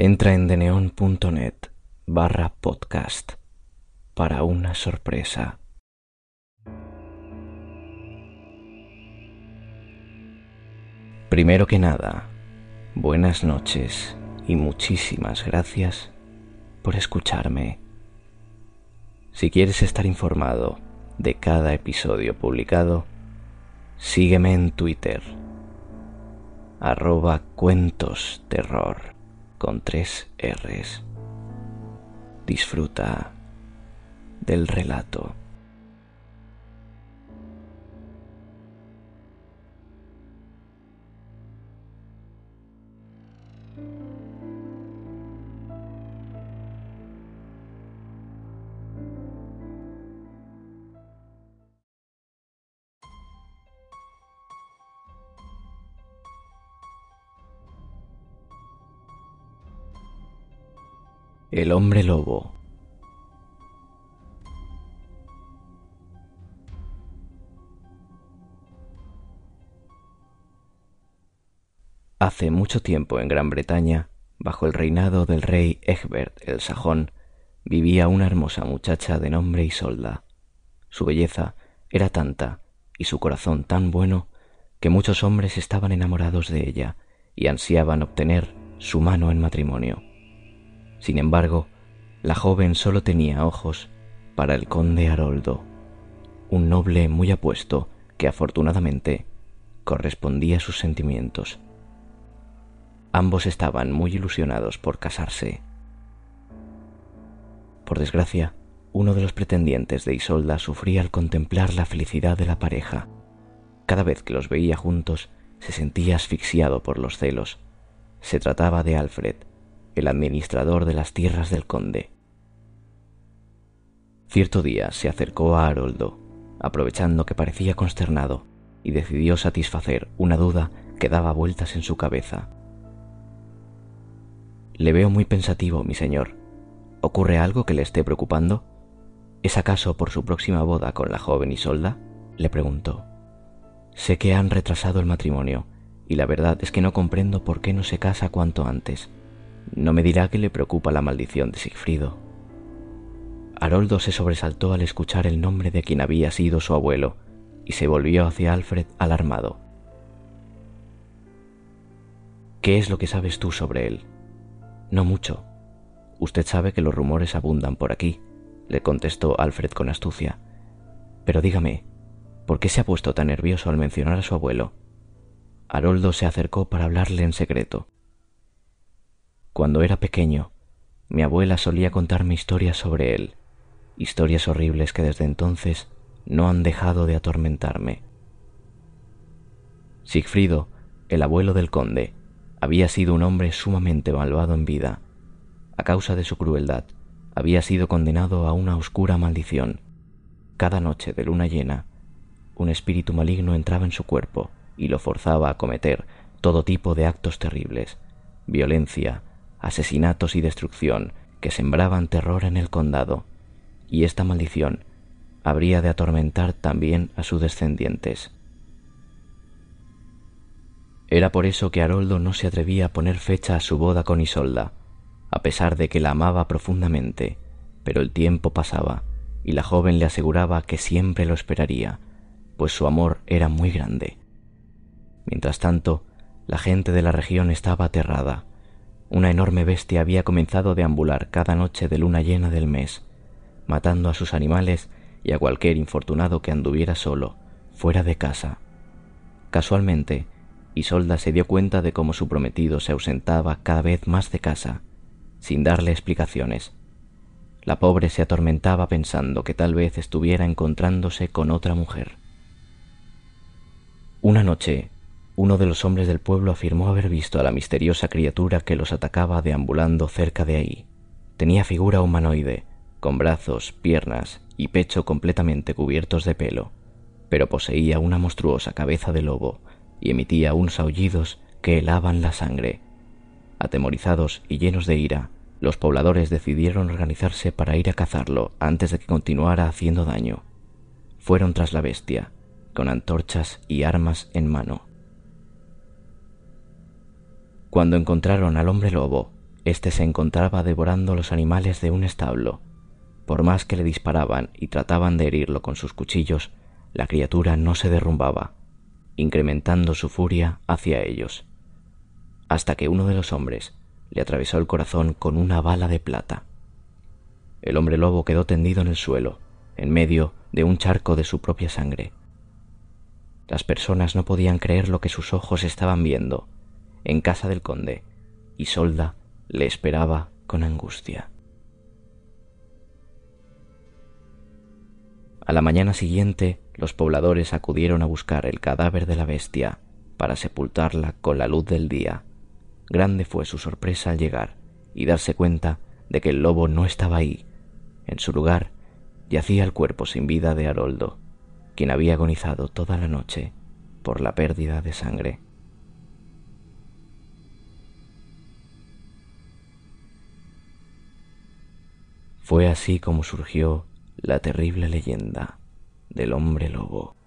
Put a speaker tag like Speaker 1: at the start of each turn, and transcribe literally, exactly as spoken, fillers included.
Speaker 1: Entra en deneon.net barra podcast para una sorpresa. Primero que nada, buenas noches y muchísimas gracias por escucharme. Si quieres estar informado de cada episodio publicado, sígueme en Twitter, arroba cuentos terror con tres R's. Disfruta del relato. El hombre lobo. Hace mucho tiempo en Gran Bretaña, bajo el reinado del rey Egbert el Sajón, vivía una hermosa muchacha de nombre Isolda. Su belleza era tanta y su corazón tan bueno que muchos hombres estaban enamorados de ella y ansiaban obtener su mano en matrimonio. Sin embargo, la joven solo tenía ojos para el conde Haroldo, un noble muy apuesto que afortunadamente correspondía a sus sentimientos. Ambos estaban muy ilusionados por casarse. Por desgracia, uno de los pretendientes de Isolda sufría al contemplar la felicidad de la pareja. Cada vez que los veía juntos, se sentía asfixiado por los celos. Se trataba de Alfred, el administrador de las tierras del conde. Cierto día se acercó a Haroldo, aprovechando que parecía consternado, y decidió satisfacer una duda que daba vueltas en su cabeza. «Le veo muy pensativo, mi señor. ¿Ocurre algo que le esté preocupando? ¿Es acaso por su próxima boda con la joven Isolda?», le preguntó. «Sé que han retrasado el matrimonio, y la verdad es que no comprendo por qué no se casa cuanto antes. ¿No me dirá que le preocupa la maldición de Sigfrido?». Haroldo se sobresaltó al escuchar el nombre de quien había sido su abuelo y se volvió hacia Alfred alarmado. «¿Qué es lo que sabes tú sobre él?». «No mucho. Usted sabe que los rumores abundan por aquí», le contestó Alfred con astucia. «Pero dígame, ¿por qué se ha puesto tan nervioso al mencionar a su abuelo?». Haroldo se acercó para hablarle en secreto. «Cuando era pequeño, mi abuela solía contarme historias sobre él, historias horribles que desde entonces no han dejado de atormentarme. Sigfrido, el abuelo del conde, había sido un hombre sumamente malvado en vida. A causa de su crueldad, había sido condenado a una oscura maldición. Cada noche de luna llena, un espíritu maligno entraba en su cuerpo y lo forzaba a cometer todo tipo de actos terribles, violencia, asesinatos y destrucción que sembraban terror en el condado, y esta maldición habría de atormentar también a sus descendientes. Era por eso que Haroldo no se atrevía a poner fecha a su boda con Isolda, a pesar de que la amaba profundamente, pero el tiempo pasaba y la joven le aseguraba que siempre lo esperaría, pues su amor era muy grande. Mientras tanto, la gente de la región estaba aterrada. Una enorme bestia había comenzado a deambular cada noche de luna llena del mes, matando a sus animales y a cualquier infortunado que anduviera solo, fuera de casa. Casualmente, Isolda se dio cuenta de cómo su prometido se ausentaba cada vez más de casa, sin darle explicaciones. La pobre se atormentaba pensando que tal vez estuviera encontrándose con otra mujer. Una noche, uno de los hombres del pueblo afirmó haber visto a la misteriosa criatura que los atacaba deambulando cerca de ahí. Tenía figura humanoide, con brazos, piernas y pecho completamente cubiertos de pelo, pero poseía una monstruosa cabeza de lobo y emitía unos aullidos que helaban la sangre. Atemorizados y llenos de ira, los pobladores decidieron organizarse para ir a cazarlo antes de que continuara haciendo daño. Fueron tras la bestia, con antorchas y armas en mano. Cuando encontraron al hombre lobo, Este se encontraba devorando los animales de un establo. Por más que le disparaban y trataban de herirlo con sus cuchillos, la criatura no se derrumbaba, incrementando su furia hacia ellos, hasta que uno de los hombres le atravesó el corazón con una bala de plata. El hombre lobo quedó tendido en el suelo, en medio de un charco de su propia sangre. Las personas no podían creer lo que sus ojos estaban viendo. En casa del conde, Isolda le esperaba con angustia. A la mañana siguiente, los pobladores acudieron a buscar el cadáver de la bestia para sepultarla con la luz del día. Grande fue su sorpresa al llegar y darse cuenta de que el lobo no estaba ahí. En su lugar yacía el cuerpo sin vida de Haroldo, quien había agonizado toda la noche por la pérdida de sangre. Fue así como surgió la terrible leyenda del hombre lobo.